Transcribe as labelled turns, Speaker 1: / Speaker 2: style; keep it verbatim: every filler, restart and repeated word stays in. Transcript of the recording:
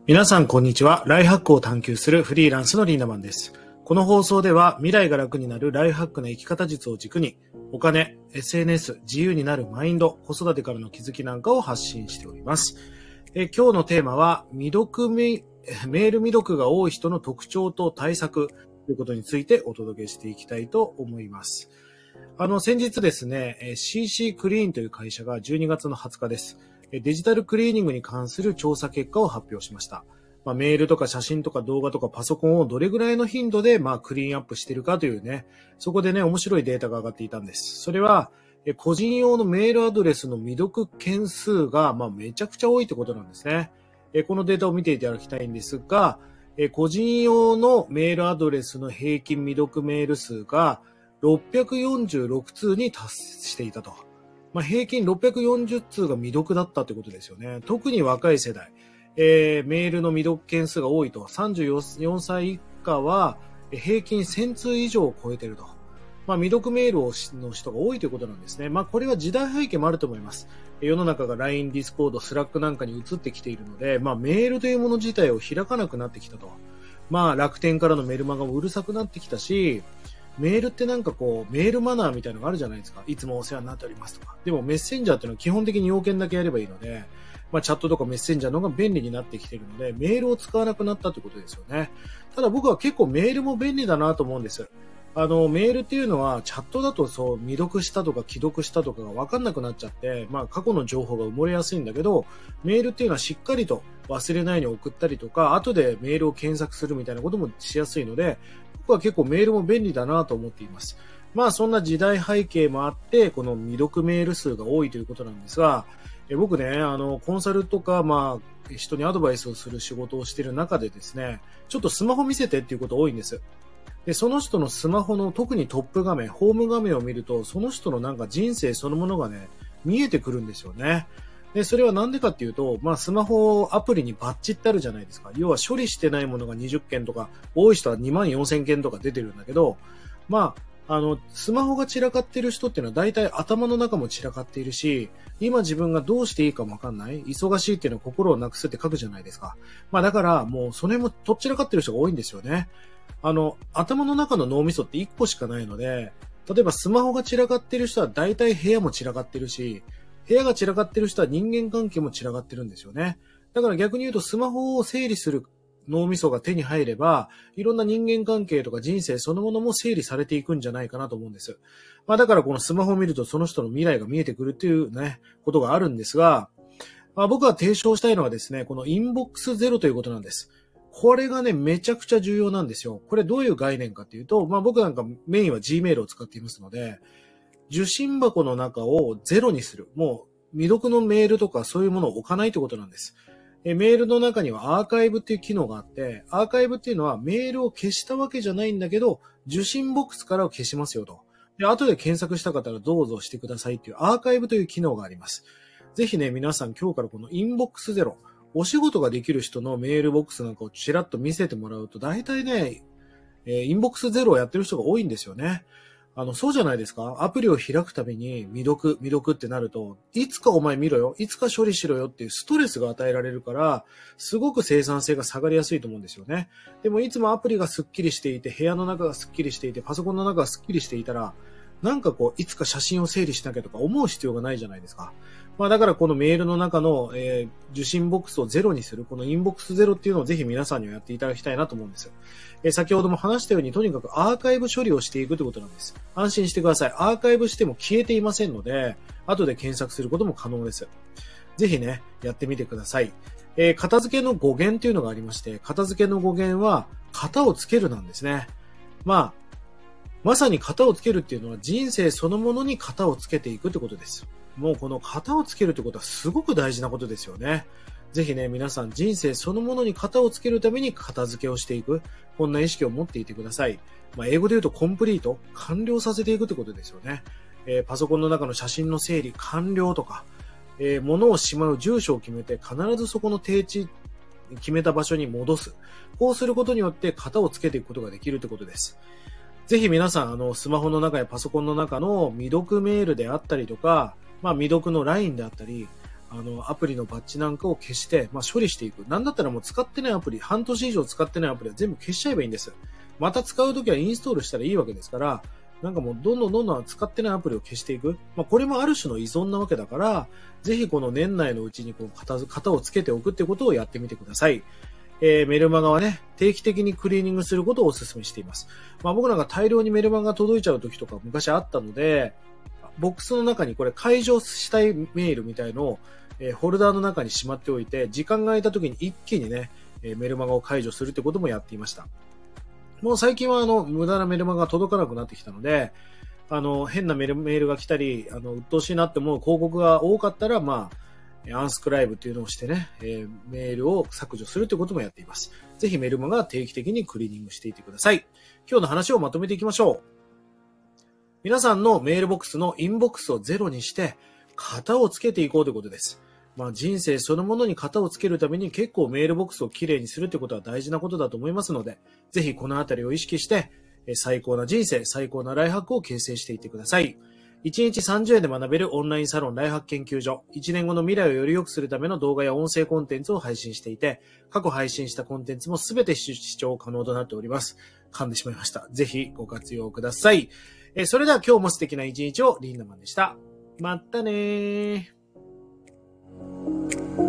Speaker 1: 皆さんこんにちは。ライフハックを探求するフリーランスのリーダマンです。この放送では未来が楽になるライフハックの生き方術を軸にお金、エスエヌエス、自由になるマインド、子育てからの気づきなんかを発信しております。え今日のテーマは未読メ、メール未読が多い人の特徴と対策ということについてお届けしていきたいと思います。あの先日ですね、シーシー クリーンという会社がじゅうにがつのはつかです。デジタルクリーニングに関する調査結果を発表しました。まあ、メールとか写真とか動画とかパソコンをどれぐらいの頻度でまあクリーンアップしているかというね、そこでね、面白いデータが上がっていたんです。それは、個人用のメールアドレスの未読件数がまあめちゃくちゃ多いってことなんですね。このデータを見ていただきたいんですが、個人用のメールアドレスの平均未読メール数がろっぴゃくよんじゅうろくつうに達していたと。まあ、平均ろっぴゃくよんじゅっつうが未読だったってことですよね。特に若い世代、えー、メールの未読件数が多いと、さんじゅうよんさい以下は平均せんつう以上を超えていると。まあ、未読メールをの人が多いということなんですね。まあ、これは時代背景もあると思います。世の中が ライン、Discord、Slack なんかに移ってきているので、まあ、メールというもの自体を開かなくなってきたと。まあ、楽天からのメルマガもうるさくなってきたし、メールってなんかこう、メールマナーみたいなのがあるじゃないですか。いつもお世話になっておりますとか。でもメッセンジャーっていうのは基本的に要件だけやればいいので、まあチャットとかメッセンジャーの方が便利になってきているので、メールを使わなくなったということですよね。ただ僕は結構メールも便利だなと思うんです。あの、メールっていうのはチャットだとそう、未読したとか既読したとかが分かんなくなっちゃって、まあ過去の情報が埋もれやすいんだけど、メールっていうのはしっかりと忘れないように送ったりとか、後でメールを検索するみたいなこともしやすいので、僕は結構メールも便利だなと思っています。まあそんな時代背景もあって、この未読メール数が多いということなんですが、え僕ね、あの、コンサルとか、まあ、人にアドバイスをする仕事をしている中でですね、ちょっとスマホ見せてっていうこと多いんです。で、その人のスマホの特にトップ画面、ホーム画面を見ると、その人のなんか人生そのものがね、見えてくるんですよね。で、それはなんでかっていうと、まあ、スマホアプリにバッチってあるじゃないですか。要は処理してないものがにじゅっけんとか、多い人はにまんよんせんけんとか出てるんだけど、まあ、あの、スマホが散らかってる人っていうのは大体頭の中も散らかっているし、今自分がどうしていいかもわかんない。忙しいっていうのは心をなくすって書くじゃないですか。まあだから、もうそれもとっちらかってる人が多いんですよね。あの、頭の中の脳みそっていっこしかないので、例えばスマホが散らかってる人は大体部屋も散らかってるし、部屋が散らかってる人は人間関係も散らかってるんですよね。だから逆に言うとスマホを整理する脳みそが手に入れば、いろんな人間関係とか人生そのものも整理されていくんじゃないかなと思うんです。まあだからこのスマホを見るとその人の未来が見えてくるっていうね、ことがあるんですが、まあ、僕が提唱したいのはですね、このインボックスゼロということなんです。これがね、めちゃくちゃ重要なんですよ。これどういう概念かっていうと、まあ僕なんかメインは Gmail を使っていますので、受信箱の中をゼロにする。もう未読のメールとかそういうものを置かないということなんです。えメールの中にはアーカイブっていう機能があって、アーカイブっていうのはメールを消したわけじゃないんだけど、受信ボックスからを消しますよと。で、後で検索した方はどうぞしてくださいっていうアーカイブという機能があります。ぜひね、皆さん今日からこのインボックスゼロ、お仕事ができる人のメールボックスなんかをちらっと見せてもらうと、大体ね、えー、インボックスゼロをやってる人が多いんですよね。あの、そうじゃないですか。アプリを開くたびに未読、未読ってなると、いつかお前見ろよ、いつか処理しろよっていうストレスが与えられるから、すごく生産性が下がりやすいと思うんですよね。でもいつもアプリがスッキリしていて、部屋の中がスッキリしていて、パソコンの中がスッキリしていたら、なんかこう、いつか写真を整理しなきゃとか思う必要がないじゃないですか。まあだからこのメールの中の、えー、受信ボックスをゼロにする、このインボックスゼロっていうのをぜひ皆さんにはやっていただきたいなと思うんです。えー、先ほども話したようにとにかくアーカイブ処理をしていくということなんです。安心してください。アーカイブしても消えていませんので、後で検索することも可能です。ぜひね、やってみてください。えー、片付けの語源というのがありまして、片付けの語源は型をつけるなんですね。まあ、まさに型をつけるっていうのは人生そのものに型をつけていくってことです。もうこの型をつけるってことはすごく大事なことですよね。ぜひね、皆さん人生そのものに型をつけるために片付けをしていく。こんな意識を持っていてください。まあ、英語で言うとコンプリート、完了させていくってことですよね。えー、パソコンの中の写真の整理、完了とか、えー、物をしまう住所を決めて必ずそこの定置、決めた場所に戻す。こうすることによって型をつけていくことができるってことです。ぜひ皆さん、あの、スマホの中やパソコンの中の未読メールであったりとか、まあ未読の ライン であったり、 あの、アプリのバッジなんかを消して、まあ、処理していく。なんだったらもう使ってないアプリ、半年以上使ってないアプリは全部消しちゃえばいいんです。また使うときはインストールしたらいいわけですから、なんかもうどんどんどんどん使ってないアプリを消していく。まあ、これもある種の依存なわけだから、ぜひこの年内のうちにこう型、型をつけておくってことをやってみてください。えー、メルマガはね、定期的にクリーニングすることをお勧めしています。まあ、僕なんか大量にメルマガが届いちゃう時とか昔あったので、ボックスの中にこれ解除したいメールみたいのを、えー、フォルダーの中にしまっておいて、時間が空いた時に一気にね、えー、メルマガを解除するってこともやっていました。もう最近はあの、無駄なメルマガが届かなくなってきたので、あの、変なメール、メールが来たり、あの、鬱陶しいなって思う広告が多かったら、まあ、アンスクライブっていうのをしてね、えー、メールを削除するということもやっています。ぜひメルマガ定期的にクリーニングしていてください。今日の話をまとめていきましょう。皆さんのメールボックスのインボックスをゼロにして、型をつけていこうということです。まあ、人生そのものに型をつけるために結構メールボックスをきれいにするってことは大事なことだと思いますので、ぜひこのあたりを意識して、最高な人生、最高なライフハックを形成していってください。いちにちさんじゅうえんで学べるオンラインサロンライフハック研究所。いちねんごの未来をより良くするための動画や音声コンテンツを配信していて、過去配信したコンテンツもすべて視聴可能となっております。噛んでしまいました。ぜひご活用ください。それでは今日も素敵な一日をリンダマンでした。またねー。